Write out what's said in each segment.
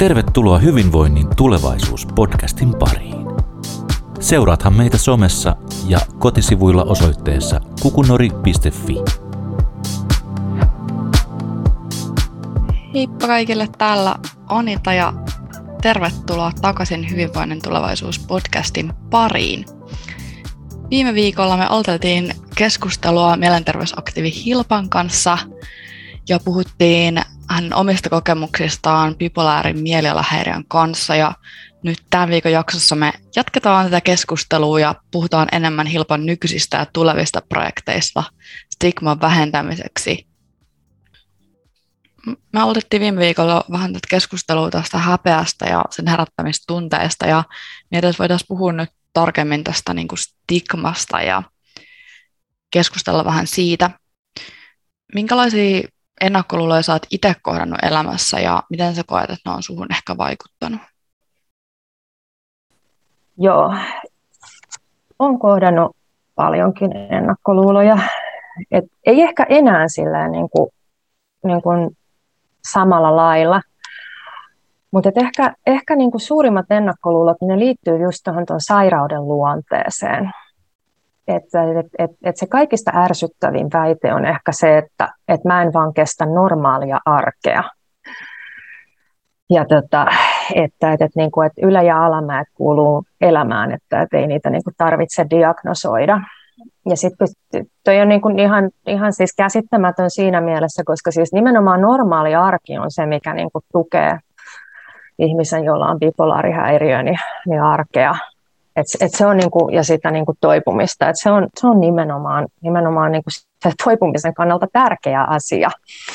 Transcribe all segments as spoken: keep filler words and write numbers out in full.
Tervetuloa Hyvinvoinnin tulevaisuus-podcastin pariin. Seuraathan meitä somessa ja kotisivuilla osoitteessa kukunori piste fi. Heippa kaikille, täällä Anita ja tervetuloa takaisin Hyvinvoinnin tulevaisuus-podcastin pariin. Viime viikolla me aloiteltiin keskustelua mielenterveysaktiivi Hilpan kanssa ja puhuttiin hänen omista kokemuksistaan bipolaarin mielialahäiriön kanssa. Ja nyt tämän viikon jaksossa me jatketaan tätä keskustelua ja puhutaan enemmän Hilpan nykyisistä ja tulevista projekteista stigman vähentämiseksi. Me aloitettiin viime viikolla vähän tätä keskustelua tästä häpeästä ja sen herättämistunteesta ja mietin, että voitaisiin puhua nyt tarkemmin tästä niin kuin stigmasta ja keskustella vähän siitä. Minkälaisia ennakkoluuloja sä oot itse kohdannut elämässä ja miten sä koet, että ne on suhun ehkä vaikuttanut? Joo, olen kohdannut paljonkin ennakkoluuloja. Et ei ehkä enää silleen niin kuin, niin kuin samalla lailla, mutta ehkä, ehkä niin kuin suurimmat ennakkoluulot ne liittyy just tuohon tuon sairauden luonteeseen. Että et, et, et se kaikista ärsyttävin väite on ehkä se, että et mä en vaan kestä normaalia arkea. Ja tota, että et, et, niinku, et ylä- ja alamäet kuuluu elämään, että et ei niitä niinku tarvitse diagnosoida. Ja sitten toi on niinku ihan, ihan siis käsittämätön siinä mielessä, koska siis nimenomaan normaali arki on se, mikä niinku tukee ihmisen, jolla on bipolaarihäiriö, niin, niin arkea. Et, et se on niinku, ja sitä niinku toipumista, et se on, se on nimenomaan, nimenomaan niinku se toipumisen kannalta tärkeä asia.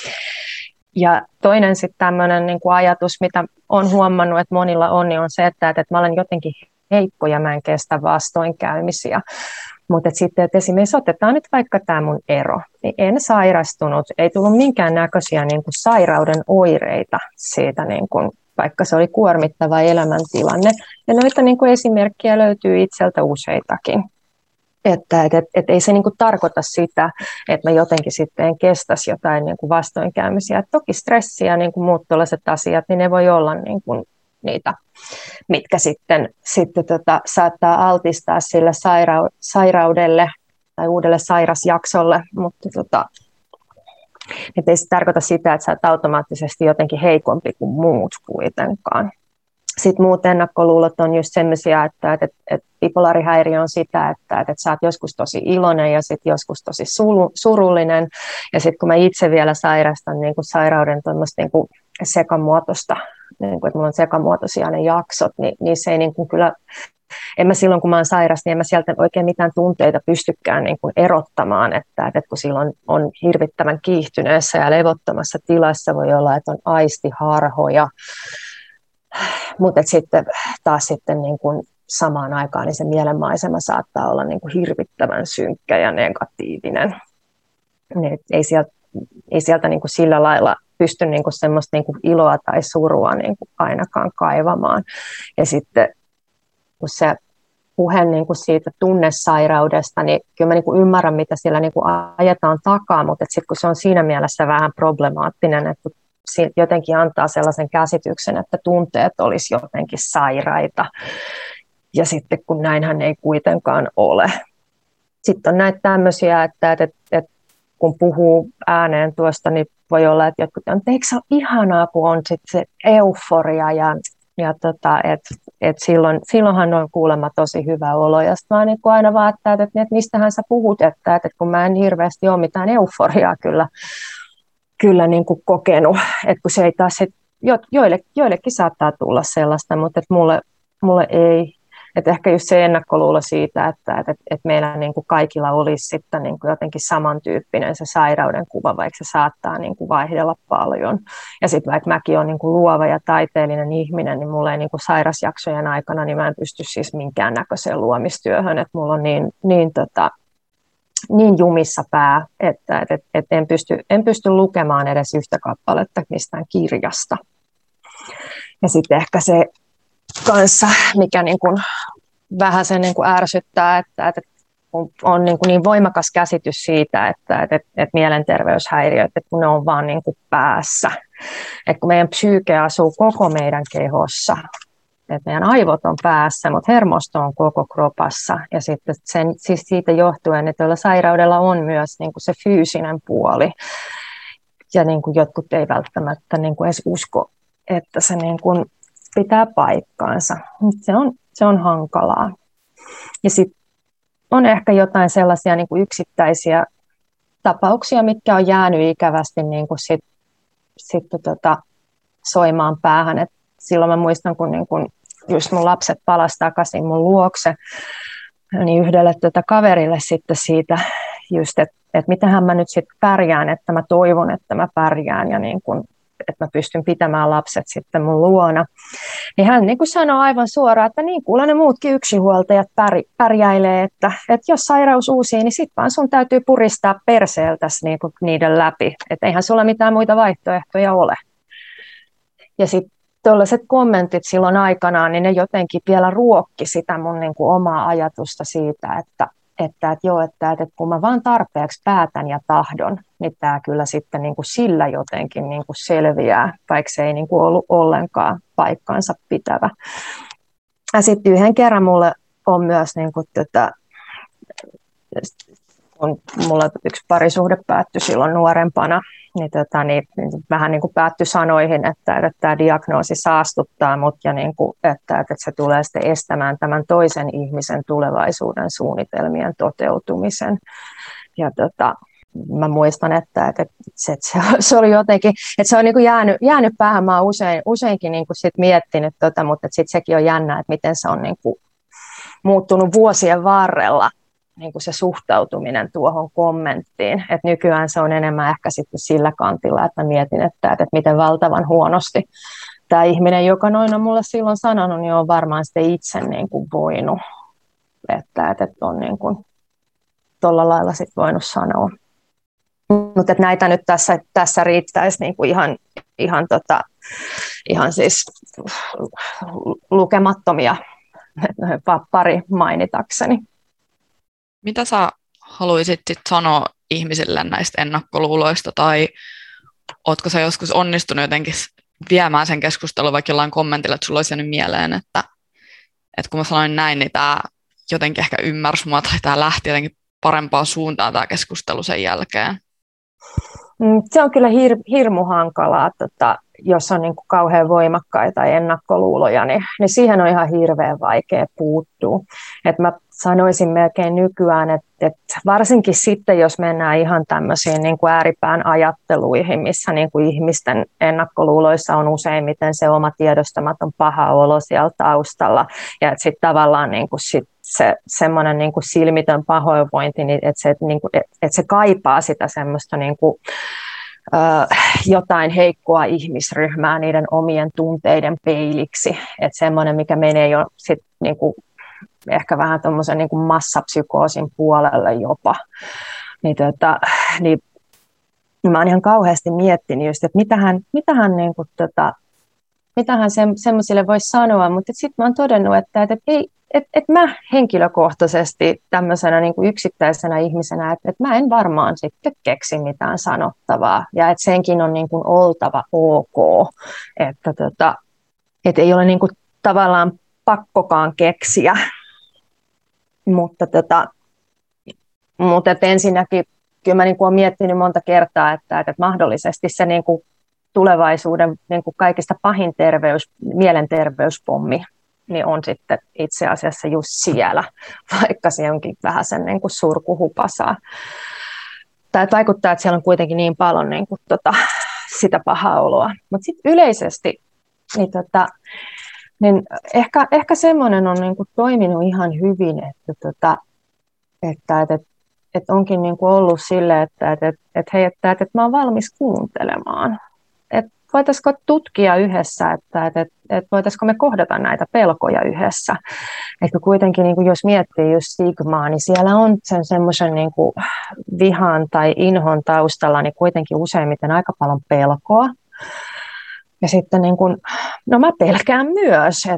Ja toinen sitten tämmöinen niinku ajatus, mitä olen huomannut, että monilla on, niin on se, että, että mä olen jotenkin heikko ja mä en kestä vastoinkäymisiä. Mutta sitten, että esimerkiksi otetaan nyt vaikka tämä mun ero, niin en sairastunut, ei tullut minkään näköisiä niinku sairauden oireita siitä, niinku, vaikka se oli kuormittava elämäntilanne. Ja noita niinku esimerkkejä löytyy itseltä useitakin. Että et, et, et ei se niinku tarkoita sitä, että mä jotenkin sitten en kestäisi jotain niinku vastoinkäymisiä. Et toki stressi ja niinku muut tällaiset asiat, niin ne voi olla niinku niitä, mitkä sitten, sitten tota, saattaa altistaa sille sairau- sairaudelle tai uudelle sairasjaksolle, mutta tota, et ei se tarkoita sitä, että sä oot automaattisesti jotenkin heikompi kuin muut kuitenkaan. Sitten muut ennakkoluulot on just sellaisia, että, että, että bipolaarihäiriö on sitä, että, että sä oot joskus tosi iloinen ja sitten joskus tosi surullinen. Ja sitten kun mä itse vielä sairastan niin kuin sairauden niin kuin sekamuotoista, niin kuin, että mulla on sekamuotoisia ne jaksot, niin, niin se ei niin kuin kyllä, en mä silloin kun mä oon sairas, niin en mä sieltä oikein mitään tunteita pystykään niin kuin erottamaan, että, että kun silloin on hirvittävän kiihtyneessä ja levottomassa tilassa, voi olla, että on aistiharhoja. Mutta sitten taas sitten niin kun samaan aikaan niin se mielenmaisema saattaa olla niin kun hirvittävän synkkä ja negatiivinen. Niin ei sieltä, ei sieltä niin kun sillä lailla pysty niin kun semmoista niin kun iloa tai surua niin kun ainakaan kaivamaan. Ja sitten kun se puhe niin kun siitä tunnesairaudesta, niin kyllä mä niin kun ymmärrän, mitä siellä niin kun ajetaan takaa, mutta sitten kun se on siinä mielessä vähän problemaattinen, että jotenkin antaa sellaisen käsityksen, että tunteet olisi jotenkin sairaita. Ja sitten kun näinhän ei kuitenkaan ole. Sitten on näitä tämmöisiä, että, että, että kun puhuu ääneen tuosta, niin voi olla, että jotkut on, että eikö se ole ihanaa, kun on sit se euforia ja, ja tota, että, että silloin, silloinhan on kuulemma tosi hyvä olo. Ja sitten mä niin aina vaan, että, että, että mistähän sä puhut, että, että kun mä en hirveästi ole mitään euforiaa kyllä kyllä niin kuin kokenut, että kun se ei taas, että joille, joillekin saattaa tulla sellaista, mutta että mulle, mulle ei, että ehkä just se ennakkoluulo siitä, että, että, että meillä niin kuin kaikilla olisi sitten niin kuin jotenkin samantyyppinen se sairauden kuva, vaikka se saattaa niin kuin vaihdella paljon. Ja sitten vaikka mäkin olen niin kuin luova ja taiteellinen ihminen, niin mulla ei niin kuin sairasjaksojen aikana, niin mä en pysty siis minkäännäköiseen luomistyöhön, että mulla on niin, niin tota, niin jumissa pää, että, että, että en, pysty, en pysty lukemaan edes yhtä kappaletta mistään kirjasta. Ja sitten ehkä se kanssa, mikä niin kuin vähän sen niin kuin ärsyttää, että, että kun on niin, kuin niin voimakas käsitys siitä, että, että, että mielenterveyshäiriöt, että kun ne on vaan niin kuin päässä. Että kun meidän psyyke asuu koko meidän kehossa, että meidän aivot on päässä, mutta hermosto on koko kropassa. Ja sitten sen, siis siitä johtuen, että tällä sairaudella on myös niin kuin se fyysinen puoli. Ja niin kuin jotkut ei välttämättä niin kuin edes usko, että se niin kuin pitää paikkaansa. Se on, se on hankalaa. Ja sitten on ehkä jotain sellaisia niin kuin yksittäisiä tapauksia, mitkä on jäänyt ikävästi niin kuin sit, sit, tota, soimaan päähän. Et silloin mä muistan, kun niin kun just mun lapset palasi takaisin mun luokse, niin yhdelle tota kaverille sitten siitä just, että et mitähän mä nyt sitten pärjään, että mä toivon, että mä pärjään ja niin kun, että mä pystyn pitämään lapset sitten mun luona. Niin hän niin kuin sanoi aivan suoraan, että niin kuule ne muutkin yksinhuoltajat pärjäilee, että, että jos sairaus uusii, niin sit vaan sun täytyy puristaa perseeltäsi niin kuin niiden läpi. Että eihän sulla mitään muita vaihtoehtoja ole. Ja sitten tuollaiset kommentit silloin aikanaan, niin ne jotenkin vielä ruokki sitä mun niin kuin omaa ajatusta siitä, että, että, että joo, että, että kun mä vaan tarpeeksi päätän ja tahdon, niin tämä kyllä sitten niin kuin sillä jotenkin niin kuin selviää, vaikka se ei niin kuin ollut ollenkaan paikkansa pitävä. Ja sitten yhden kerran mulle on myös, niin kuin tätä, kun mulla yksi parisuhde päättyi silloin nuorempana, niin, tota, niin vähän niin kuin päättyi sanoihin, että, että tämä diagnoosi saastuttaa mut ja niin kuin, että, että se tulee sitten estämään tämän toisen ihmisen tulevaisuuden suunnitelmien toteutumisen. Ja tota, mä muistan, että, että, se, että se oli jotenkin, että se on niin kuin jäänyt, jäänyt päähän. Mä oon usein, useinkin niin kuin sit miettinyt, tota, mutta sitten sekin on jännä, että miten se on niin kuin muuttunut vuosien varrella. Niin kuin se suhtautuminen tuohon kommenttiin. Et nykyään se on enemmän ehkä sitten sillä kantilla, että mä mietin, että, että miten valtavan huonosti tämä ihminen, joka noin on mulle silloin sanonut, niin on varmaan sitten itse niin kuin voinut. Että, että on niin kuin tuolla lailla sitten voinut sanoa. Mutta näitä nyt tässä, tässä riittäisi niin kuin ihan, ihan, tota, ihan siis lukemattomia pari mainitakseni. Mitä sä haluaisit sit sanoa ihmisille näistä ennakkoluuloista, tai ootko sä joskus onnistunut jotenkin viemään sen keskustelun vaikka jollain kommentilla, että sulla olisi jäänyt mieleen, että, että kun mä sanoin näin, niin tämä jotenkin ehkä ymmärsi mua, tai tämä lähti jotenkin parempaa suuntaan tämä keskustelu sen jälkeen? Se on kyllä hir, hirmu hankalaa, tota, jos on niin kuin kauhean voimakkaita ennakkoluuloja, niin, niin siihen on ihan hirveän vaikea puuttua. Et mä sanoisin melkein nykyään, että, että varsinkin sitten, jos mennään ihan tämmöisiin niin kuin ääripään ajatteluihin, missä niin kuin ihmisten ennakkoluuloissa on useimmiten se oma tiedostamaton paha olo siellä taustalla, ja että sitten tavallaan niin kuin sit se semmoinen niin kuin silmitön pahoinvointi, niin että, se, niin kuin, että se kaipaa sitä semmoista niin kuin, ö, jotain heikkoa ihmisryhmää niiden omien tunteiden peiliksi, että semmoinen, mikä menee jo sit niin kuin ehkä vähän tuommoisen niin kuin massapsykoosin puolelle jopa, niin, tota, niin mä oon ihan kauheasti miettinyt just, että mitähän, mitähän, niin kuin, tota, mitähän se, semmoisille voisi sanoa, mutta sitten mä oon todennut, että, että, ei, että, että mä henkilökohtaisesti tämmöisenä niin kuin yksittäisenä ihmisenä, että, että mä en varmaan sitten keksi mitään sanottavaa, ja että senkin on niin kuin oltava ok, että, tota, että ei ole niin kuin tavallaan pakkokaan keksiä. Mutta, tota, mutta et ensinnäkin kyllä mä niin kuin olen miettinyt monta kertaa, että, että mahdollisesti se niin kuin tulevaisuuden niin kuin kaikista pahin terveys, mielenterveyspommi niin on sitten itse asiassa just siellä, vaikka se onkin vähän sen niin kuin surkuhupasaa. Tai vaikuttaa, että siellä on kuitenkin niin paljon niin kuin, tota, sitä pahaa oloa. Mutta sitten yleisesti niin, tota, niin ehkä, ehkä semmoinen on niin kuin toiminut ihan hyvin, että, tota, että, että, että onkin niin kuin ollut silleen, että, että, että hei, että, että mä oon valmis kuuntelemaan. Että voitaisiko tutkia yhdessä, että, että, että voitaisiko me kohdata näitä pelkoja yhdessä. Että kuitenkin niin kuin jos miettii just stigmaa, niin siellä on sen semmoisen niin kuin vihan tai inhon taustalla niin kuitenkin useimmiten aika paljon pelkoa. Ja sitten niin kun, no mä pelkään myös, että,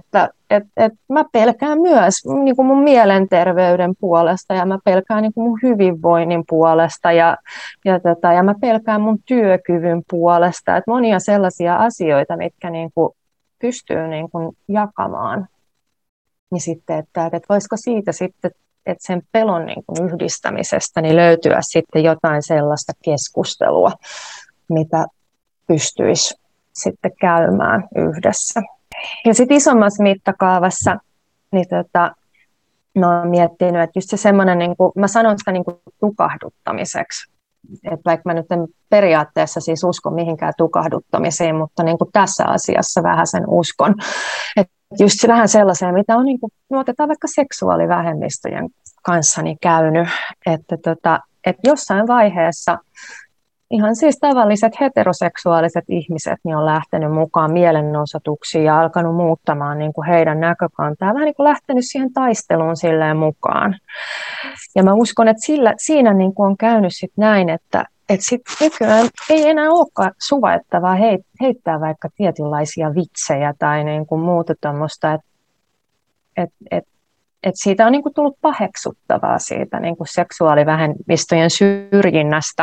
et, et mä pelkään myös niin kuin mun mielenterveyden puolesta ja mä pelkään niin kuin mun hyvinvoinnin puolesta ja, ja, tota, ja mä pelkään mun työkyvyn puolesta. Et monia sellaisia asioita, mitkä niin kuin pystyy niin kuin jakamaan. Niin sitten, että, että voisiko siitä sitten, että sen pelon niin kuin yhdistämisestä niin löytyä sitten jotain sellaista keskustelua, mitä pystyisi sitten käymään yhdessä. Ja sitten isommassa mittakaavassa, niin tota, mä oon miettinyt, että just se semmoinen, niin kuin, mä sanon sitä niin kuin tukahduttamiseksi, että vaikka mä nyt en periaatteessa siis usko mihinkään tukahduttamiseen, mutta niin kuin tässä asiassa vähän sen uskon, että just se vähän sellaiseen, mitä on, niin kuin, no otetaan vaikka seksuaalivähemmistöjen kanssa niin käynyt, että, tota, että jossain vaiheessa ihan siis tavalliset heteroseksuaaliset ihmiset niin on lähtenyt mukaan mielenosoituksiin ja alkanut muuttamaan niin kuin heidän näkökantaa, vähän niin kuin lähtenyt siihen taisteluun silleen mukaan. Ja mä uskon, että sillä, siinä niin kuin on käynyt sit näin, että, että sit nykyään ei enää olekaan suvaittavaa heittää vaikka tietynlaisia vitsejä tai niin kuin muuta tämmöistä, että et, et, et siitä on niin kuin tullut paheksuttavaa siitä niin kuin seksuaalivähemmistöjen syrjinnästä.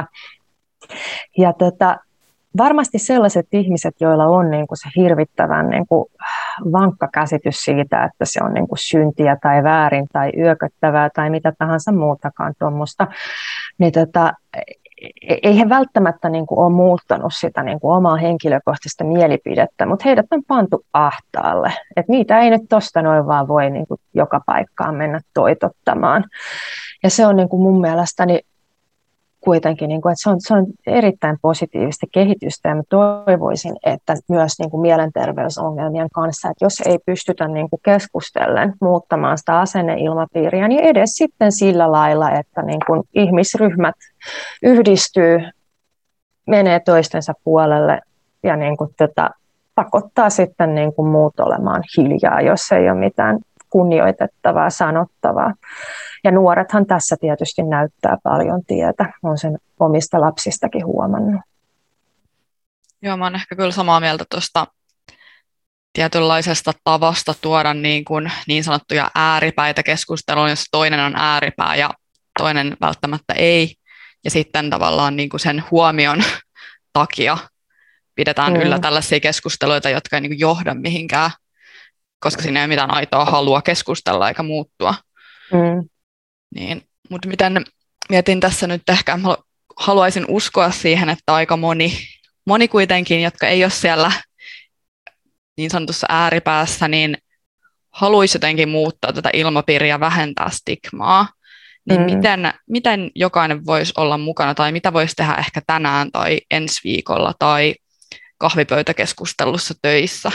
Ja tota, varmasti sellaiset ihmiset, joilla on niin kuin se hirvittävän niin kuin vankka käsitys siitä, että se on niin kuin syntiä tai väärin tai yököttävää tai mitä tahansa muutakaan tuommoista, niin tota, ei he välttämättä niin kuin ole muuttanut sitä niin kuin omaa henkilökohtaista mielipidettä, mutta heidät on pantu ahtaalle. Et niitä ei nyt tuosta noin vaan voi niin kuin joka paikkaan mennä toitottamaan. Ja se on niin kuin mun mielestäni kuitenkin, että se on, se on erittäin positiivista kehitystä ja mä toivoisin, että myös niin kuin mielenterveysongelmien kanssa, että jos ei pystytä niin kuin keskustellen muuttamaan sitä asenneilmapiiriä, niin edes sitten sillä lailla, että niin kuin ihmisryhmät yhdistyy, menee toistensa puolelle ja niin kuin tätä pakottaa sitten niin kuin muut olemaan hiljaa, jos ei ole mitään kunnioitettavaa, sanottavaa. Ja nuorethan tässä tietysti näyttää paljon tietä, olen sen omista lapsistakin huomannut. Joo, mä oon ehkä kyllä samaa mieltä tuosta tietynlaisesta tavasta tuoda niin, kuin niin sanottuja ääripäitä keskusteluun, jos toinen on ääripää ja toinen välttämättä ei. Ja sitten tavallaan niin kuin sen huomion takia pidetään mm. yllä tällaisia keskusteluita, jotka ei niin kuin johda mihinkään, koska siinä ei ole mitään aitoa halua keskustella eikä muuttua. Mm. Niin, mutta miten mietin tässä nyt ehkä, haluaisin uskoa siihen, että aika moni, moni kuitenkin, jotka ei ole siellä niin sanotussa ääripäässä, niin haluaisi jotenkin muuttaa tätä ilmapiiriä ja vähentää stigmaa. Niin mm. miten, miten jokainen voisi olla mukana tai mitä voisi tehdä ehkä tänään tai ensi viikolla tai kahvipöytäkeskustelussa töissä?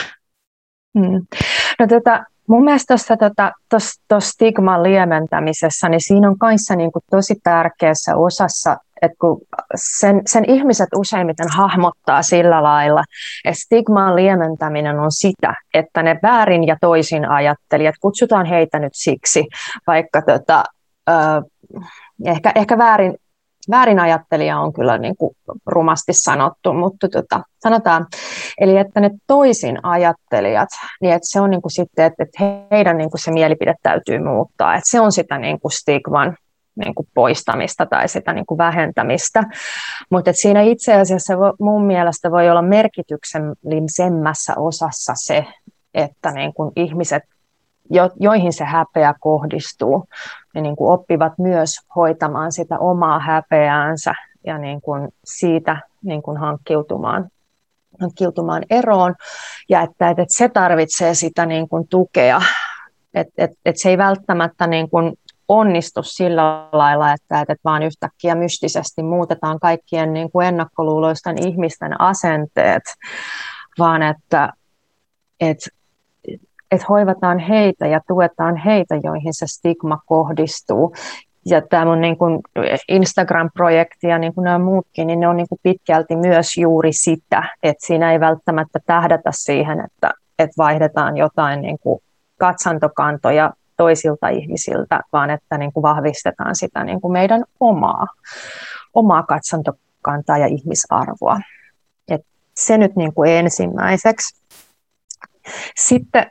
Mm. No tota, mun mielestä tuossa tota, stigman lieventämisessä, niin siinä on kanssa niin kuin tosi tärkeässä osassa, että kun sen, sen ihmiset useimmiten hahmottaa sillä lailla, että stigman lieventäminen on sitä, että ne väärin ja toisin ajattelijat, kutsutaan heitä nyt siksi, vaikka tota, äh, ehkä, ehkä väärin, väärin ajattelija on kyllä niin kuin rumasti sanottu, mutta tota, sanotaan, eli että ne toisin ajattelijat, niin että se on niin kuin sitten, että, että heidän niin kuin se mielipide täytyy muuttaa, että se on sitä niin kuin stigman niin kuin poistamista tai sitä niin kuin vähentämistä, mutta siinä itse asiassa mun mielestä voi olla merkityksellisemmässä osassa se, että niin kuin ihmiset, jo, joihin se häpeä kohdistuu, ne niin kuin oppivat myös hoitamaan sitä omaa häpeäänsä ja niin kuin siitä niin kuin hankkiutumaan, hankkiutumaan eroon, ja että, että se tarvitsee sitä niin kuin tukea, että, että, että se ei välttämättä niin kuin onnistu sillä lailla, että, että vaan yhtäkkiä mystisesti muutetaan kaikkien niin kuin ennakkoluuloisten ihmisten asenteet, vaan että, että, että hoivataan heitä ja tuetaan heitä, joihin se stigma kohdistuu. Ja tämä mun niin kuin Instagram-projekti ja niin kuin nämä muutkin, niin ne on niin kuin pitkälti myös juuri sitä, että siinä ei välttämättä tähdätä siihen, että, että vaihdetaan jotain niin kuin katsantokantoja toisilta ihmisiltä, vaan että niin kuin vahvistetaan sitä niin kuin meidän omaa, omaa katsantokantaa ja ihmisarvoa. Et se nyt niin kuin ensimmäiseksi. Sitten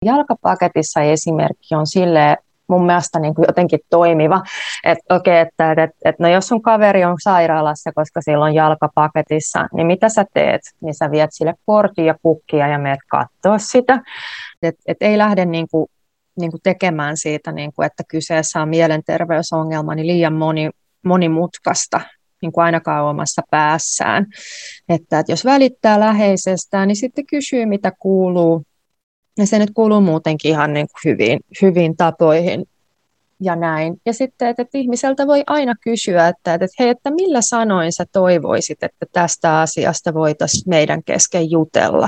jalkapaketissa esimerkki on silleen mun mielestä niin kuin jotenkin toimiva, että okei, okay, että, että, että no jos sun kaveri on sairaalassa, koska sillä on jalkapaketissa, niin mitä sä teet? Niin sä viet sille kortin ja kukkia ja meet katsoa sitä. Että et ei lähde niin kuin, niin kuin tekemään siitä, niin kuin, että kyseessä on mielenterveysongelma, niin liian moni, monimutkaista, niin kuin ainakaan omassa päässään. Että, että jos välittää läheisestään, niin sitten kysyy, mitä kuuluu. Ja se nyt kuuluu muutenkin ihan niin kuin hyviin, hyviin tapoihin ja näin. Ja sitten, että, että ihmiseltä voi aina kysyä, että, että hei, että millä sanoin sä toivoisit, että tästä asiasta voitaisiin meidän kesken jutella.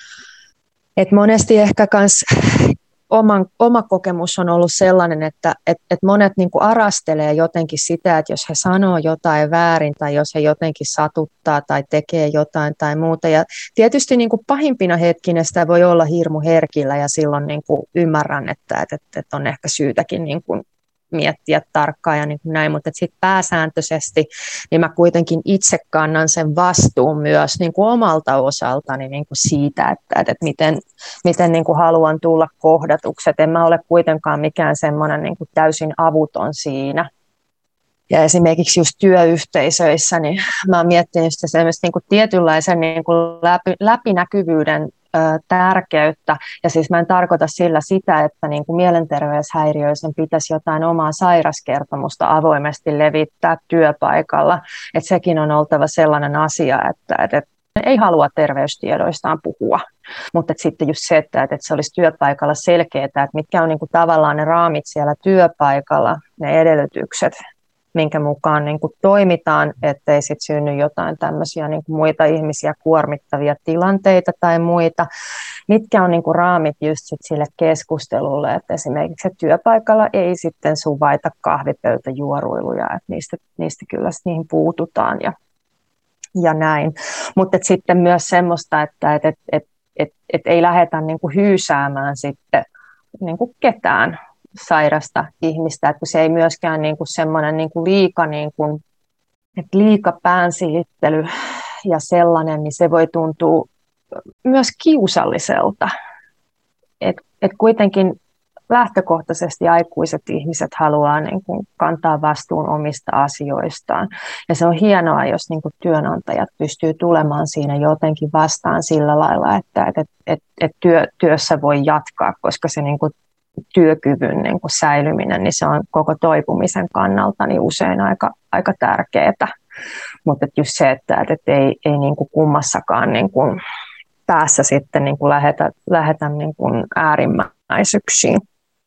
Et monesti ehkä kans oman, oma kokemus on ollut sellainen, että et, et monet niin kuin arastelee jotenkin sitä, että jos he sanoo jotain väärin tai jos he jotenkin satuttaa tai tekee jotain tai muuta. Ja tietysti niin kuin pahimpina hetkinä sitä voi olla hirmu herkillä ja silloin niin kuin ymmärrän, että, että, että on ehkä syytäkin niin kuin miettiä tarkkaan ja niin kuin näin, mutta sitten pääsääntöisesti niin mä kuitenkin itse kannan sen vastuun myös niin kuin omalta osaltani niin kuin siitä, että, että miten, miten niin kuin haluan tulla kohdatuksi. Et en mä ole kuitenkaan mikään semmoinen niin kuin täysin avuton siinä. Ja esimerkiksi just työyhteisöissä, niin mä oon miettinyt sitä semmoista niin kuin tietynlaisen niin kuin läpi, läpinäkyvyyden tärkeyttä, ja siis mä en tarkoita sillä sitä, että niin kuin mielenterveyshäiriöisen pitäisi jotain omaa sairaskertomusta avoimesti levittää työpaikalla, että sekin on oltava sellainen asia, että, että ei halua terveystiedoistaan puhua, mutta sitten just se, että, että se olisi työpaikalla selkeää, että mitkä on niin kuin tavallaan ne raamit siellä työpaikalla, ne edellytykset, minkä mukaan niin kuin toimitaan, ettei sit synny jotain tämmöisiä niin kuin muita ihmisiä kuormittavia tilanteita tai muita. Mitkä on niin kuin raamit just sit sille keskustelulle, että esimerkiksi työpaikalla ei sitten suvaita kahvipöytäjuoruiluja, että niistä, niistä kyllä niihin puututaan ja, ja näin. Mutta sitten myös semmoista, että et, et, et, et, et ei lähdetä niin kuin hyysäämään sitten niin kuin ketään sairasta ihmistä, että se ei myöskään niin kuin semmoinen niin kuin liika, niin kuin, että liika päänsilittely ja sellainen, niin se voi tuntua myös kiusalliselta. Et, et kuitenkin lähtökohtaisesti aikuiset ihmiset haluaa niin kuin kantaa vastuun omista asioistaan. Ja se on hienoa, jos niin kuin työnantajat pystyy tulemaan siinä jotenkin vastaan sillä lailla, että et, et, et työ, työssä voi jatkaa, koska se niin kuin työkyvyn niin kuin säilyminen, niin se on koko toipumisen kannalta niin usein aika, aika tärkeää. Mutta just se, että, että ei, ei niin kuin kummassakaan niin kuin päässä sitten niin kuin lähetä, lähetä niin kuin äärimmäisyyksiin.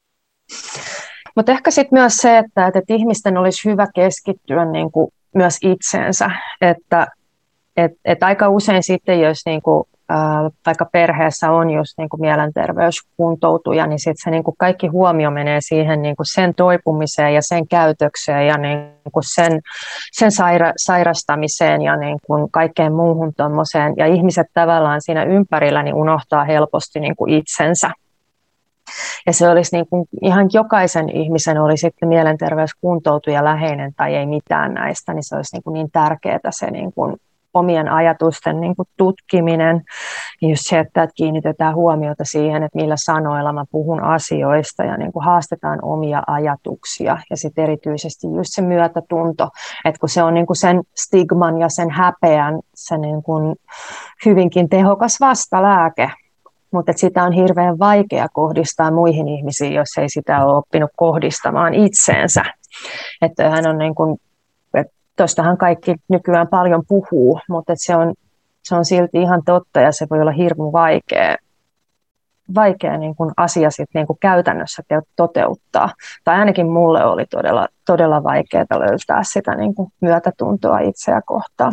Mutta ehkä sitten myös se, että, että ihmisten olisi hyvä keskittyä niin kuin myös itseensä, että et, et aika usein sitten, jos niin kuin vaikka perheessä on just niin kuin mielenterveyskuntoutuja, niin sitten se niin kuin kaikki huomio menee siihen niin kuin sen toipumiseen ja sen käytökseen ja niin kuin sen, sen saira- sairastamiseen ja niin kuin kaikkeen muuhun tommoseen. Ja ihmiset tavallaan siinä ympärillä niin unohtaa helposti niin kuin itsensä. Ja se olisi niin kuin ihan jokaisen ihmisen, oli sitten mielenterveyskuntoutuja läheinen tai ei mitään näistä, niin se olisi niin, kuin niin tärkeää se niin kuin omien ajatusten niin kuin tutkiminen, niin just se, että kiinnitetään huomiota siihen, että millä sanoilla mä puhun asioista ja niin kuin haastetaan omia ajatuksia ja sitten erityisesti just se myötätunto, että kun se on niin kuin sen stigman ja sen häpeän se niin kuin hyvinkin tehokas vastalääke, mutta sitä on hirveän vaikea kohdistaa muihin ihmisiin, jos ei sitä ole oppinut kohdistamaan itseensä. Että hän on niin kuin tuostahan kaikki nykyään paljon puhuu, mutta se on, se on silti ihan totta ja se voi olla hirveän vaikea, vaikea niin kuin asia sit niin kuin käytännössä toteuttaa. Tai ainakin mulle oli todella, todella vaikeaa löytää sitä niin kuin myötätuntoa itseä kohtaan.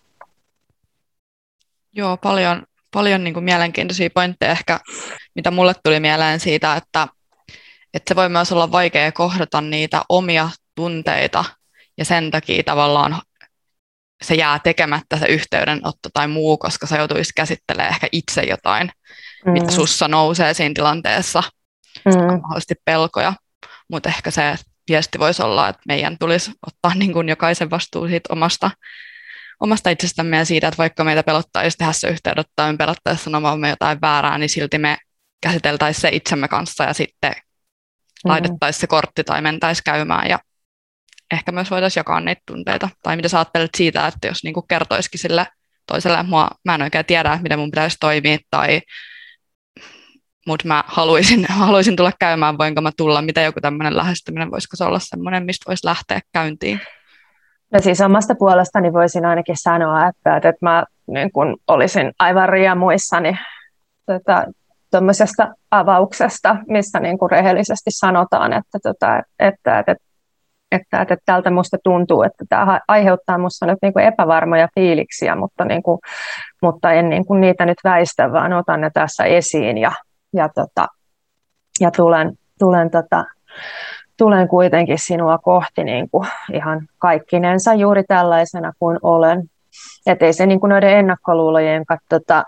Joo, paljon, paljon niin kuin mielenkiintoisia pointteja ehkä, mitä mulle tuli mieleen siitä, että, että se voi myös olla vaikea kohdata niitä omia tunteita, ja sen takia tavallaan se jää tekemättä se yhteydenotto tai muu, koska sä joutuisi käsittelemään ehkä itse jotain, mm. mitä sussa nousee siinä tilanteessa. Mm. On mahdollisesti pelkoja, mutta ehkä se viesti voisi olla, että meidän tulisi ottaa niin kuin jokaisen vastuu siitä omasta, omasta itsestämme ja siitä, että vaikka meitä pelottaisi tehdä se yhteydenotto tai me pelottaisi sanomaan jotain väärää, niin silti me käsiteltäisiin se itsemme kanssa ja sitten mm-hmm. laitettaisiin se kortti tai mentäisiin käymään ja ehkä myös voitaisiin jakaa niitä tunteita. Tai mitä sä ajattelet siitä, että jos niinku kertoisikin sille toiselle, mua, mä en oikein tiedä, miten mun pitäisi toimia, tai mutta mä haluaisin, haluaisin tulla käymään, voinko mä tulla, mitä joku tämmöinen lähestyminen, voisiko se olla semmoinen, mistä voisi lähteä käyntiin? No siis omasta puolestani voisin ainakin sanoa, että, että mä niin kun olisin aivan riemuissani tuommoisesta tota, avauksesta, missä niin kun rehellisesti sanotaan, että, tota, että, että, että, että tältä musta tuntuu, että tämä aiheuttaa musta nyt niin kuin epävarmoja fiiliksiä, mutta, niin kuin, mutta en niin kuin niitä nyt väistä, vaan otan ne tässä esiin ja, ja, tota, ja tulen, tulen, tota, tulen kuitenkin sinua kohti niin kuin ihan kaikkinensa juuri tällaisena kuin olen. Et ei se niin kuin noiden ennakkoluulojen tota,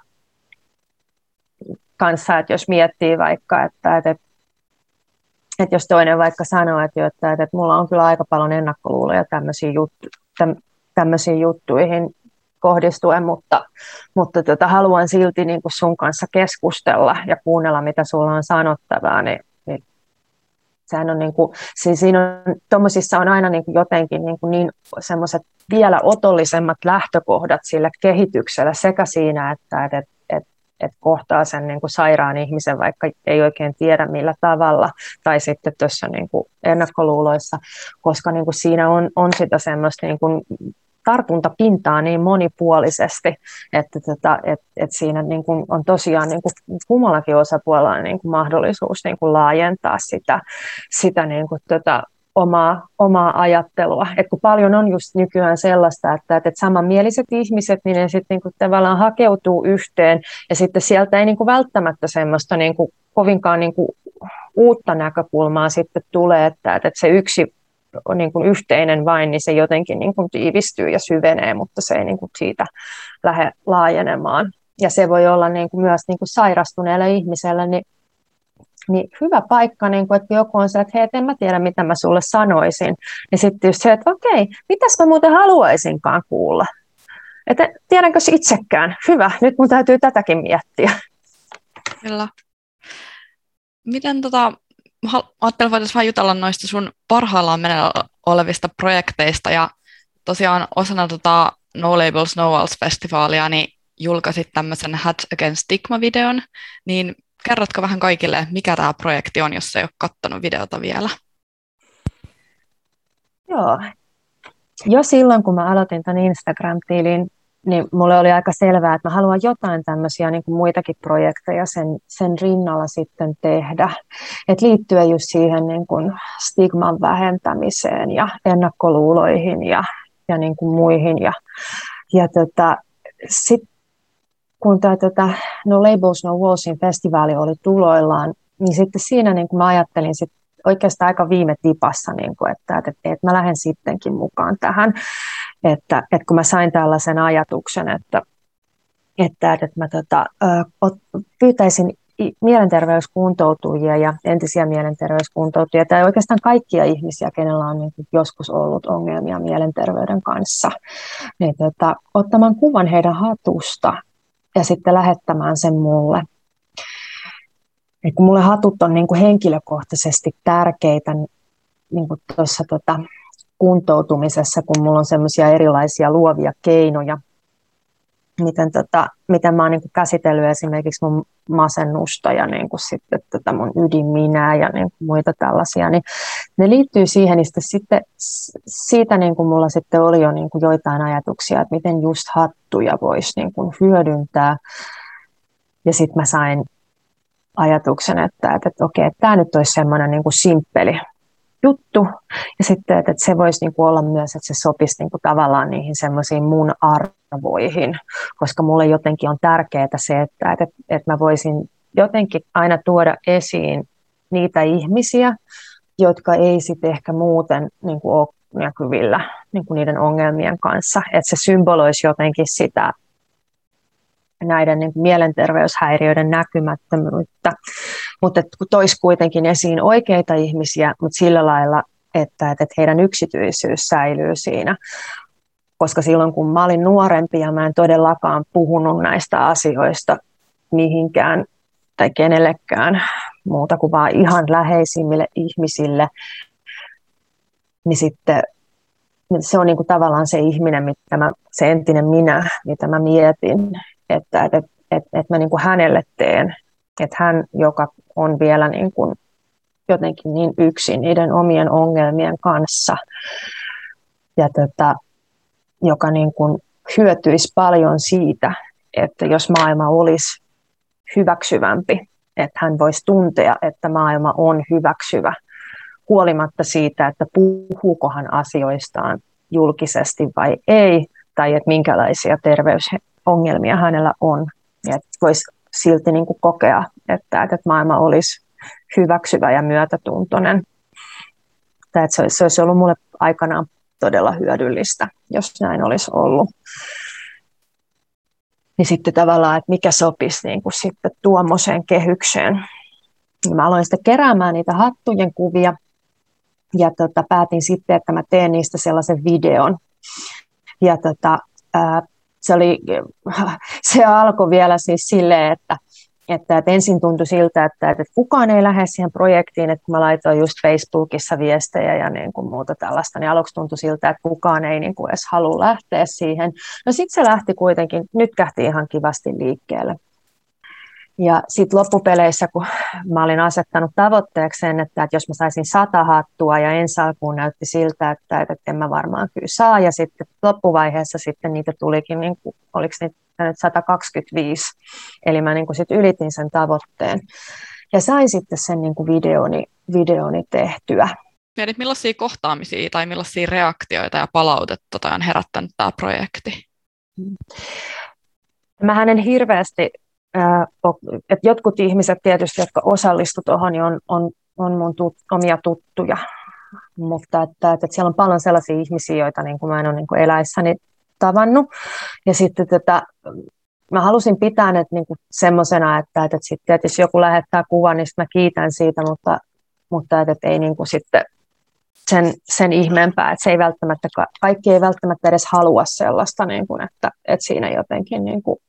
kanssa, että jos miettii vaikka, että, että että jos toinen vaikka sanoo, että, että, että mulla on kyllä aika paljon ennakkoluuloja tämmöisiin, juttu, täm, tämmöisiin juttuihin kohdistuen, mutta, mutta tota, haluan silti niin kuin sun kanssa keskustella ja kuunnella, mitä sulla on sanottavaa, niin, niin sehän on niin kuin, siis siinä on, tommosissa on aina niin kuin jotenkin niin, niin semmoiset vielä otollisemmat lähtökohdat sillä kehityksellä sekä siinä, että, että, että että kohtaa sen niin kuin sairaan ihmisen, vaikka ei oikein tiedä millä tavalla, tai sitten tuossa niin kuin ennakkoluuloissa, koska niin kuin siinä on, on sitä semmoista niin kuin tartuntapintaa niin monipuolisesti, että, tota, että, että siinä niin kuin on tosiaan niin kuin kummallakin osapuolella niin kuin mahdollisuus niin kuin laajentaa sitä, sitä niin kuin tota, Omaa, omaa ajattelua. Et kun paljon on just nykyään sellaista, että, että samanmieliset ihmiset, niin ne sitten niinku tavallaan hakeutuu yhteen, ja sitten sieltä ei niinku välttämättä semmoista niinku kovinkaan niinku uutta näkökulmaa sitten tulee, että, että se yksi on niinku yhteinen vain, niin se jotenkin niinku tiivistyy ja syvenee, mutta se ei niinku siitä lähde laajenemaan. Ja se voi olla niinku myös niinku sairastuneelle ihmiselle, niin niin hyvä paikka, niin kun, että joku on se, että hei, en mä tiedä, mitä mä sulle sanoisin. Niin sitten just se, että okei, mitäs mä muuten haluaisinkaan kuulla? Että tiedänkö itsekään? Hyvä, nyt mun täytyy tätäkin miettiä. Kyllä. Miten tota, ajattelin, voitaisiin vähän jutella noista sun parhaillaan meneillä olevista projekteista. Ja tosiaan osana tota No Labels, No Walls-festivaalia niin julkaisit tämmöisen Hats Against Stigma-videon, niin kerrotko vähän kaikille, mikä tämä projekti on, jos ei ole katsonut videota vielä? Joo. Jo silloin, kun mä aloitin tämän Instagram-tilin, niin mulle oli aika selvää, että mä haluan jotain tämmöisiä niin kuin muitakin projekteja sen, sen rinnalla sitten tehdä. Et liittyen just siihen niin kuin stigman vähentämiseen ja ennakkoluuloihin ja, ja niin kuin muihin. Ja, ja tota, sitten kun tämä tota, No Labels, No Wallsin festivaali oli tuloillaan, niin sitten siinä niin kuin mä ajattelin sit oikeastaan aika viime tipassa, niin kuin, että, että, että mä lähden sittenkin mukaan tähän. Että, että kun mä sain tällaisen ajatuksen, että, että, että mä tota, pyytäisin mielenterveyskuntoutujia ja entisiä mielenterveyskuntoutujia tai oikeastaan kaikkia ihmisiä, kenellä on niin kuin joskus ollut ongelmia mielenterveyden kanssa, niin tota, ottamaan kuvan heidän hatusta ja sitten lähettämään sen mulle. Et kun mulle hatut on niin kuin henkilökohtaisesti tärkeitä niin kuin tuossa tota, kuntoutumisessa, kun mulla on semmoisia erilaisia luovia keinoja, miten, tota, miten mä oon niin kuin käsitellyt esimerkiksi mun masennusta ja niin kuin sitten tota mun ydinminää ja niin kuin muita tällaisia, niin ne liittyy siihen, niin sitten siitä niin kuin mulla sitten oli jo niin kuin joitain ajatuksia, että miten just hattuja voisi niin kuin hyödyntää. Ja sitten mä sain ajatuksen, että, että, että okei, että tämä nyt olisi semmoinen niin kuin simppeli juttu. Ja sitten, että, että se voisi niin kuin olla myös, että se sopisi niin kuin tavallaan niihin semmoisiin mun arvoihin, koska mulle jotenkin on tärkeää se, että, että, että mä voisin jotenkin aina tuoda esiin niitä ihmisiä, jotka ei sitten ehkä muuten niin kuin ole näkyvillä niin kuin niiden ongelmien kanssa. Että se symboloisi jotenkin sitä näiden niin kuin mielenterveyshäiriöiden näkymättömyyttä, mutta toisi kuitenkin esiin oikeita ihmisiä, mutta sillä lailla, että, että heidän yksityisyys säilyy siinä. Koska silloin, kun mä olin nuorempi ja mä en todellakaan puhunut näistä asioista mihinkään tai kenellekään muuta kuin vaan ihan läheisimmille ihmisille, niin sitten se on niin kuin tavallaan se ihminen, mitä mä, se entinen minä, mitä mä mietin, että, että, että, että mä niin kuin hänelle teen. Että hän, joka on vielä niin kuin jotenkin niin yksin niiden omien ongelmien kanssa, ja tota, joka niin kuin hyötyisi paljon siitä, että jos maailma olisi hyväksyvämpi, että hän voisi tuntea, että maailma on hyväksyvä, huolimatta siitä, että puhuuko hän asioistaan julkisesti vai ei, tai että minkälaisia terveysongelmia hänellä on. Ja että voisi silti niin kuin kokea, että, että maailma olisi hyväksyvä ja myötätuntoinen. Että se, olisi, se olisi ollut minulle aikanaan todella hyödyllistä, jos näin olisi ollut. Niin sitten tavallaan, että mikä sopisi niin kuin sitten tuommoiseen kehykseen. Mä aloin sitten keräämään niitä hattujen kuvia ja tota, päätin sitten, että mä teen niistä sellaisen videon. Ja tota, ää, se, oli, se alkoi vielä siis silleen, että, että, että ensin tuntui siltä, että, että kukaan ei lähde siihen projektiin, että kun mä laitoin just Facebookissa viestejä ja niin kuin muuta tällaista, niin aluksi tuntui siltä, että kukaan ei niin kuin edes halua lähteä siihen. No sitten se lähti kuitenkin, nyt kähti ihan kivasti liikkeelle. Ja sitten loppupeleissä, kun mä olin asettanut tavoitteekseen, että, että jos mä saisin sata hattua ja ensi alkuun näytti siltä, että, että en mä varmaan kyllä saa. Ja sitten loppuvaiheessa sitten niitä tulikin, niin kuin, oliko niitä nyt sata kaksikymmentäviisi, eli mä niin kuin sit ylitin sen tavoitteen. Ja sain sitten sen niin kuin videoni, videoni tehtyä. Mietit, millaisia kohtaamisia tai millaisia reaktioita ja palautetta tai on herättänyt tämä projekti? Mähän en hirveästi... että jotkut ihmiset tietysti, jotka osallistuivat tuohon, niin on, on, on mun tut, omia tuttuja, mutta että, että siellä on paljon sellaisia ihmisiä, joita niin kuin mä en ole niin kuin eläissäni tavannut, ja sitten tätä, mä halusin pitää ne niin kuin semmoisena, että, että sitten, että jos joku lähettää kuvan, niin mä kiitän siitä, mutta, mutta että, että ei niin kuin sitten sen, sen ihmeempää, että se ei välttämättä, kaikki ei välttämättä edes halua sellaista, niin kuin, että, että siinä jotenkin niin kuin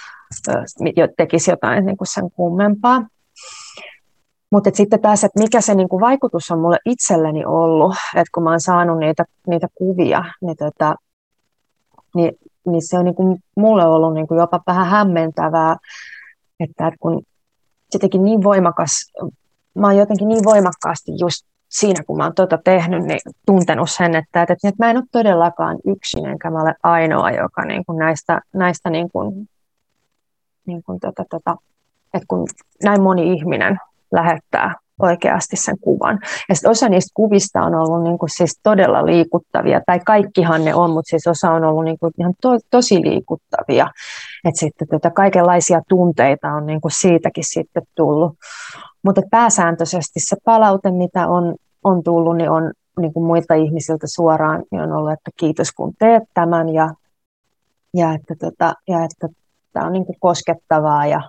tekisi jotain niin kuin sen kummempaa. Mutta sitten taas, että mikä se niin kuin vaikutus on mulle itselleni ollut, että kun mä oon saanut niitä, niitä kuvia, niin, tota, niin, niin se on niin kuin mulle ollut niin kuin jopa vähän hämmentävää, että, että kun jotenkin niin voimakas, mä oon jotenkin niin voimakkaasti just siinä, kun mä oon tota tehnyt, niin tuntenut sen, että, että, että mä en ole todellakaan yksin, enkä mä ole ainoa, joka niin kuin näistä, näistä niin kuin Niin kuin tota, tota, että kun näin moni ihminen lähettää oikeasti sen kuvan. Ja sitten osa niistä kuvista on ollut niin kuin siis todella liikuttavia, tai kaikkihan ne on, mutta siis osa on ollut niin kuin ihan to, tosi liikuttavia. Että sitten tota, kaikenlaisia tunteita on niin kuin siitäkin sitten tullut. Mutta pääsääntöisesti se palaute, mitä on, on tullut, niin on niin kuin muilta ihmisiltä suoraan, niin on ollut, että kiitos kun teet tämän, ja, ja että, tota, ja että tämä on niin kuin koskettavaa ja,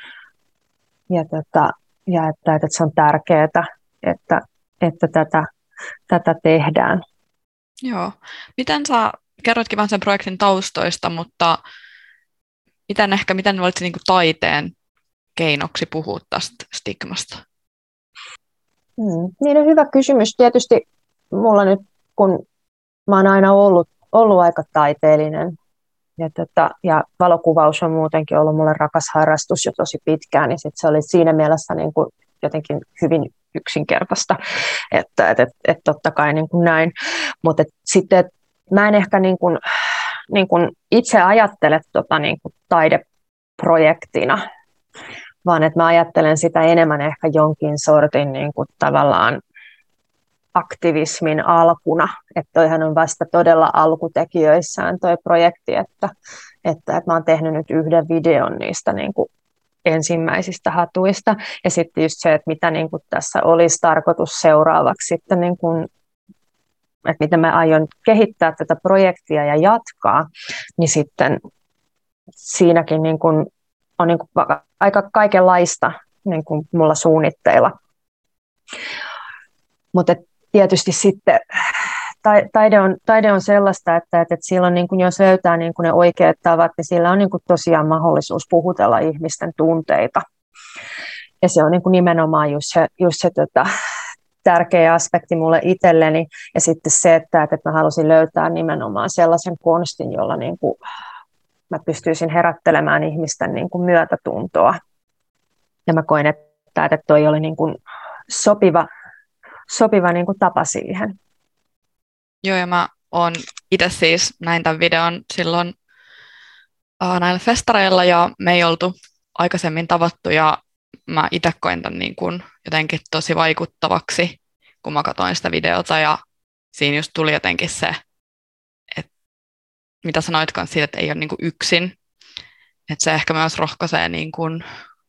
ja, tota, ja että, että se on tärkeää, että, että tätä, tätä tehdään. Joo. Miten sä kerroitkin vähän sen projektin taustoista, mutta miten ehkä miten valitsit niin kuin taiteen keinoksi puhua tästä stigmasta? Hmm, niin on hyvä kysymys. Tietysti mulla nyt, kun mä oon aina ollut, ollut aika taiteellinen, Ja, tota, ja valokuvaus on muutenkin ollut mulle rakas harrastus jo tosi pitkään, niin sit se oli siinä mielessä niin kuin jotenkin hyvin yksinkertaista, että et, et, et totta kai niin kuin näin. Mutta sitten et, mä en ehkä niin kuin, niin kuin itse ajattele tota, niin kuin taideprojektina, vaan että mä ajattelen sitä enemmän ehkä jonkin sortin niin kuin tavallaan aktivismin alkuna, että toihan on vasta todella alkutekijöissään toi projekti, että, että, että mä oon tehnyt nyt yhden videon niistä niin kuin ensimmäisistä hatuista, ja sitten just se, että mitä niin kuin tässä olisi tarkoitus seuraavaksi sitten, niin kuin, että miten mä aion kehittää tätä projektia ja jatkaa, niin sitten siinäkin niin kuin on niin kuin aika kaikenlaista niin kuin mulla suunnitteilla. Mutta tietysti sitten taide on, taide on sellaista, että, että silloin niin kun jos löytää niin kun ne oikeat tavat, niin sillä on niin kun tosiaan mahdollisuus puhutella ihmisten tunteita. ja se on niin kuin nimenomaan just se, just se tota, tärkeä aspekti mulle itselleni, ja sitten se, että, että mä halusin löytää nimenomaan sellaisen konstin, jolla niin kuin mä pystyisin herättelemään ihmisten niin kuin myötätuntoa, ja mä koin, että, että toi oli niin kuin sopiva, sopiva niin kuin tapa siihen. Joo, ja mä oon itse siis näin tämän videon silloin uh, näillä festareilla, ja me ei oltu aikaisemmin tavattu, ja mä itse koin tämän niin kuin jotenkin tosi vaikuttavaksi, kun mä katsoin sitä videota, ja siinä just tuli jotenkin se, että mitä sanoitkaan siitä, että ei ole niin kuin yksin, että se ehkä myös rohkaisee niin kuin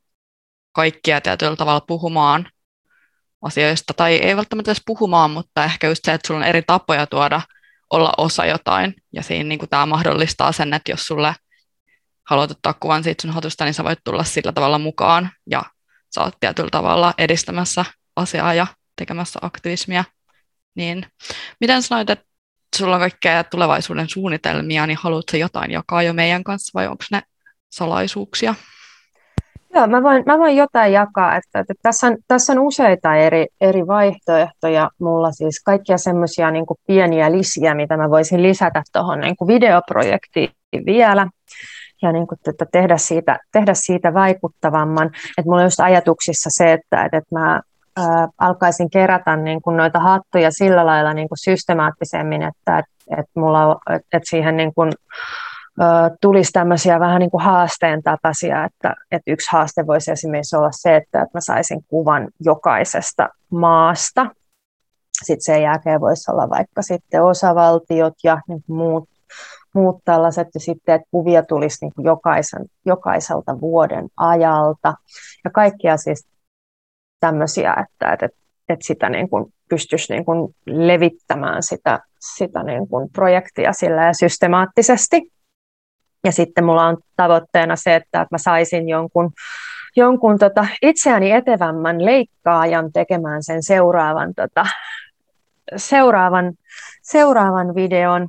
kaikkia tietyllä tavalla puhumaan asioista, tai ei välttämättä edes puhumaan, mutta ehkä just se, että sulla on eri tapoja tuoda olla osa jotain, ja siinä niin kuin tämä mahdollistaa sen, että jos sulle haluat ottaa kuvan siitä sun hatusta, niin sä voit tulla sillä tavalla mukaan, ja sä oot tietyllä tavalla edistämässä asiaa ja tekemässä aktivismia. Niin miten sanoit, että sulla on kaikkea tulevaisuuden suunnitelmia, niin haluatko jotain jakaa jo meidän kanssa, vai onko ne salaisuuksia? Joo, mä voin, mä voin jotain jakaa, että, että tässä, on, tässä on useita eri, eri vaihtoehtoja mulla, siis kaikkia semmoisia niin kuin pieniä lisiä, mitä mä voisin lisätä tuohon niin kuin videoprojektiin vielä, ja niin kuin, että tehdä, siitä, tehdä siitä vaikuttavamman. Että mulla on just ajatuksissa se, että, että mä ää, alkaisin kerätä niin kuin noita hattuja sillä lailla niin kuin systemaattisemmin, että, että, että, mulla, että, että siihen niin kuin, tulisi tämmöisiä vähän niin kuin haasteen tapaisia, että, että yksi haaste voisi esimerkiksi olla se, että, että mä saisin kuvan jokaisesta maasta. Sitten sen jälkeen voisi olla vaikka sitten osavaltiot ja niin kuin muut, muut tällaiset, ja sitten, että kuvia tulisi niin kuin jokaisen, jokaiselta vuoden ajalta. Ja kaikkia siis tämmöisiä, että, että, että sitä niin kuin pystyisi niin kuin levittämään sitä, sitä niin kuin projektia sillä ja systemaattisesti. Ja sitten mulla on tavoitteena se, että mä saisin jonkun, jonkun tota itseäni etevämmän leikkaajan tekemään sen seuraavan, tota, seuraavan, seuraavan videon.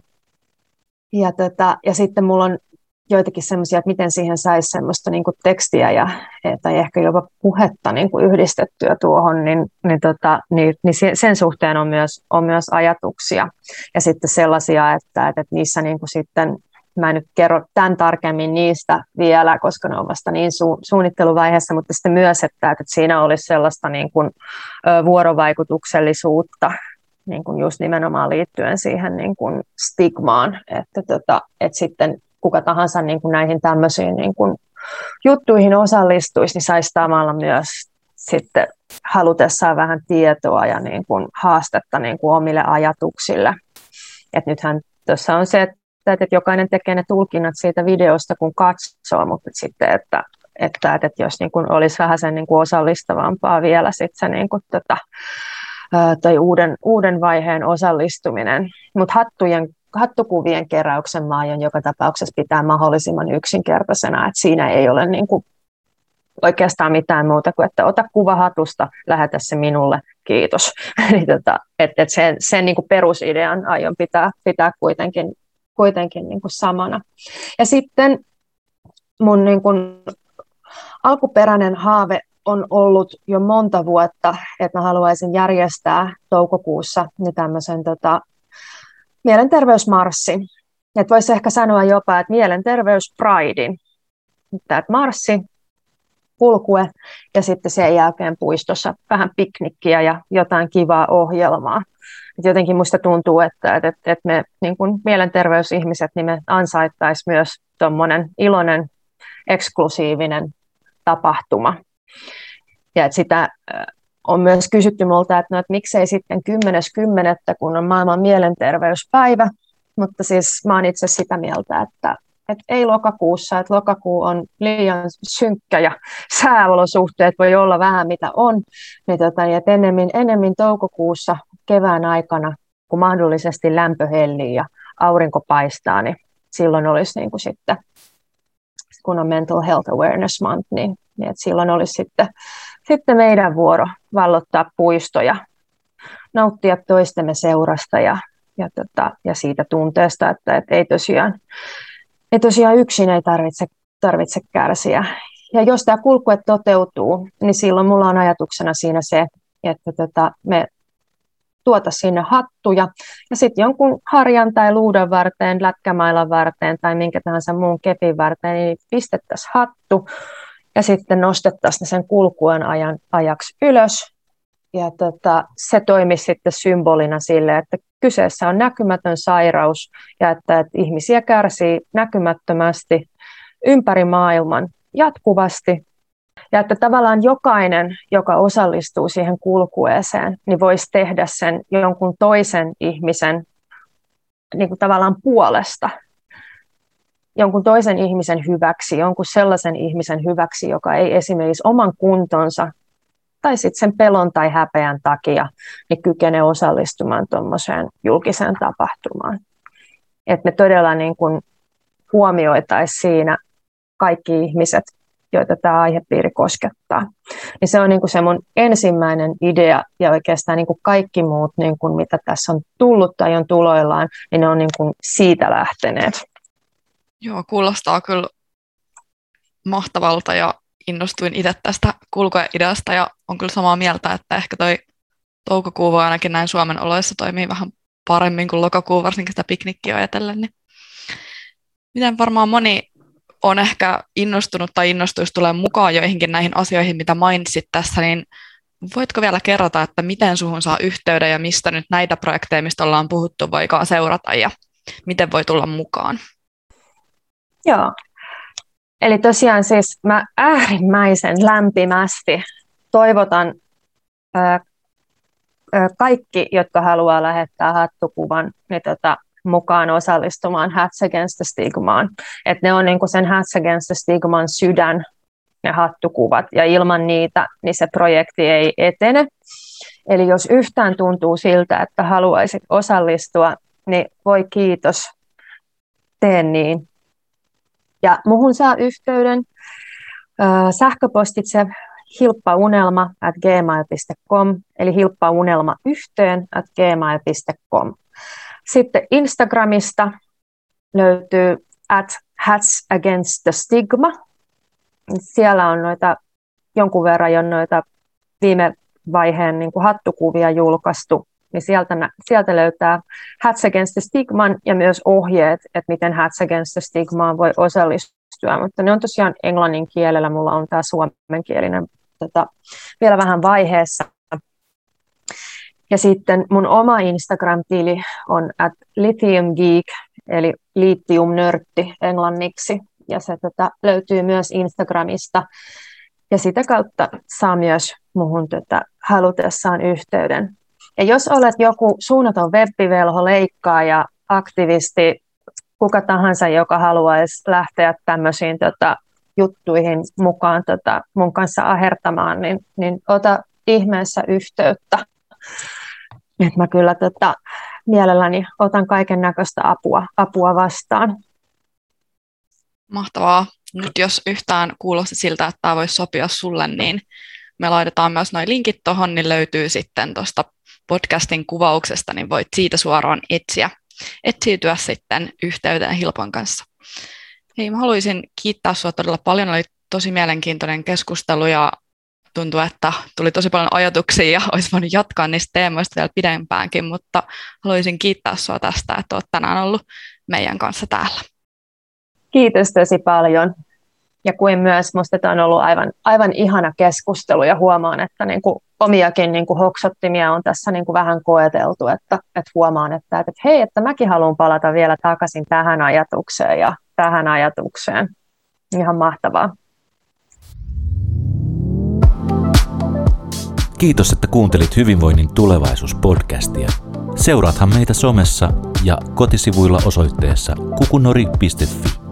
Ja, tota, ja sitten mulla on joitakin semmoisia, että miten siihen saisi semmoista niin kuin tekstiä ja, tai ehkä jopa puhetta niin kuin yhdistettyä tuohon, niin, niin, tota, niin, niin sen suhteen on myös, on myös ajatuksia. Ja sitten sellaisia, että, että niissä niin kuin sitten mä en nyt kerro tämän tarkemmin niistä vielä, koska ne on vasta niin su- suunnitteluvaiheessa, mutta sitten myös, että, että siinä olisi sellaista niin kuin, ö, vuorovaikutuksellisuutta niin kuin just nimenomaan liittyen siihen niin kuin stigmaan, että, tota, että sitten kuka tahansa niin kuin näihin tämmöisiin niin kuin juttuihin osallistuisi, niin saisi tavalla myös sitten halutessaan vähän tietoa ja niin kuin haastetta niin kuin omille ajatuksille. Et nythän tuossa on se, että että jokainen tekee ne tulkinnat siitä videosta, kun katsoo, mutta sitten, että, että, että jos niin kuin olisi vähän sen niin kuin osallistavampaa vielä sitten se niin kuin tota, toi uuden, uuden vaiheen osallistuminen. Mutta hattujen, hattukuvien keräyksen mä aion joka tapauksessa pitää mahdollisimman yksinkertaisena, että siinä ei ole niin kuin oikeastaan mitään muuta kuin, että ota kuva hatusta, lähetä se minulle, kiitos. Eli tota, että et sen, sen niin kuin perusidean aion pitää, pitää kuitenkin kuitenkin niin kuin samana. Ja sitten mun niin kuin alkuperäinen haave on ollut jo monta vuotta, että mä haluaisin järjestää toukokuussa niin tämmöisen tota, mielenterveysmarssin. Että voisi ehkä sanoa jopa, että mielenterveyspridein. Tämä marssi, kulkue ja sitten sen jälkeen puistossa vähän piknikkiä ja jotain kivaa ohjelmaa. Et jotenkin musta tuntuu, että, että, että me niin kuin mielenterveysihmiset, niin me ansaittaisiin myös tuommoinen iloinen, eksklusiivinen tapahtuma. Ja että sitä on myös kysytty multa, että, no, että miksei sitten kymmenes kymmenettä, kun on maailman mielenterveyspäivä, mutta siis mä oon itse sitä mieltä, että, että ei lokakuussa, että lokakuu on liian synkkä ja sääolosuhteet voi olla vähän mitä on, niin tota, että ennemmin, ennemmin toukokuussa kevään aikana, kun mahdollisesti lämpö hellii ja aurinko paistaa, niin silloin olisi niin kuin sitten, kun on Mental Health Awareness Month, niin, niin että silloin olisi sitten, sitten meidän vuoro vallottaa puistoja, nauttia toistemme seurasta ja, ja, tota, ja siitä tunteesta, että, että ei, tosiaan, ei tosiaan yksin ei tarvitse, tarvitse kärsiä. ja jos tämä kulkue toteutuu, niin silloin mulla on ajatuksena siinä se, että tota, me tuota sinne hattuja ja sitten jonkun harjan tai luudan varteen, lätkämailan varteen tai minkä tahansa muun kepin varteen, niin pistettäisiin hattu ja sitten nostettaisiin sen kulkueen ajan, ajaksi ylös. Ja tota, se toimisi sitten symbolina sille, että kyseessä on näkymätön sairaus ja että, että ihmisiä kärsii näkymättömästi ympäri maailman jatkuvasti. Ja että tavallaan jokainen, joka osallistuu siihen kulkueeseen, niin voisi tehdä sen jonkun toisen ihmisen niin kuin tavallaan puolesta. Jonkun toisen ihmisen hyväksi, jonkun sellaisen ihmisen hyväksi, joka ei esimerkiksi oman kuntonsa tai sitten sen pelon tai häpeän takia niin kykene osallistumaan tuommoiseen julkiseen tapahtumaan. Että me todella niin kuin huomioitaisiin siinä kaikki ihmiset, joita tämä aihepiiri koskettaa. Niin se on niin kuin se mun ensimmäinen idea ja oikeastaan niin kuin kaikki muut, niin kuin mitä tässä on tullut tai on tuloillaan, niin ne on niin kuin siitä lähteneet. Joo, kuulostaa kyllä mahtavalta ja innostuin itse tästä kulkue-ideasta ja on kyllä samaa mieltä, että ehkä toi toukokuu voi ainakin näin Suomen oloissa toimii vähän paremmin kuin lokakuu, varsinkin sitä piknikkiä ajatellen. Niin miten varmaan moni on ehkä innostunut tai innostuisi tulee mukaan joihinkin näihin asioihin, mitä mainitsit tässä, niin voitko vielä kerrota, että miten suhun saa yhteyden ja mistä nyt näitä projekteja, mistä ollaan puhuttu, voikaan seurata ja miten voi tulla mukaan? Joo. Eli tosiaan siis mä äärimmäisen lämpimästi toivotan ää, ää, kaikki, jotka haluaa lähettää hattukuvan, niin tota, mukaan osallistumaan Hats Against the Stigmaan. Että ne on niinku sen Hats Against the Stigman sydän, ne hattukuvat, ja ilman niitä niin se projekti ei etene. Eli jos yhtään tuntuu siltä, että haluaisit osallistua, niin voi kiitos, tee niin. Ja muhun saa yhteyden äh, sähköpostitse hilppaunelma at gmail piste com, eli hilppaunelma yhteen at gmail piste com. Sitten Instagramista löytyy at Hats Against the Stigma. Siellä on noita, jonkun verran jo noita viime vaiheen niin kuin hattukuvia julkaistu, niin sieltä, sieltä löytää Hats Against the Stigman ja myös ohjeet, että miten Hats Against the Stigmaan voi osallistua. Mutta ne on tosiaan englannin kielellä, mulla on tämä suomenkielinen tota, vielä vähän vaiheessa. Ja sitten mun oma Instagram-tili on at lithiumgeek, eli litiumnörtti englanniksi. Ja se tota, löytyy myös Instagramista. Ja sitä kautta saa myös muhun tota, halutessaan yhteyden. Ja jos olet joku suunnaton webbivelho, leikkaaja, aktivisti, kuka tahansa, joka haluaisi lähteä tämmöisiin tota, juttuihin mukaan tota, mun kanssa ahertamaan, niin, niin ota ihmeessä yhteyttä. Et mä kyllä tota, mielelläni otan kaiken näköistä apua, apua vastaan. Mahtavaa. Nyt jos yhtään kuulosti siltä, että tämä voisi sopia sulle, niin me laitetaan myös nuo linkit tuohon, niin löytyy sitten tuosta podcastin kuvauksesta, niin voit siitä suoraan etsiä, etsiytyä sitten yhteyteen Hilpan kanssa. Hei, mä haluaisin kiittää sinua todella paljon. Oli tosi mielenkiintoinen keskustelu ja tuntuu, että tuli tosi paljon ajatuksia ja olisi voinut jatkaa niistä teemoista vielä pidempäänkin, mutta haluaisin kiittää sinua tästä, että olet tänään ollut meidän kanssa täällä. Kiitos tosi paljon. Ja kuin myös minusta on ollut aivan, aivan ihana keskustelu ja huomaan, että niin kuin omiakin niin kuin hoksottimia on tässä niin kuin vähän koeteltu, että, että huomaan, että, että hei, että mäkin haluan palata vielä takaisin tähän ajatukseen ja tähän ajatukseen. Ihan mahtavaa. Kiitos, että kuuntelit Hyvinvoinnin tulevaisuus-podcastia. Seuraathan meitä somessa ja kotisivuilla osoitteessa kukunori piste fi.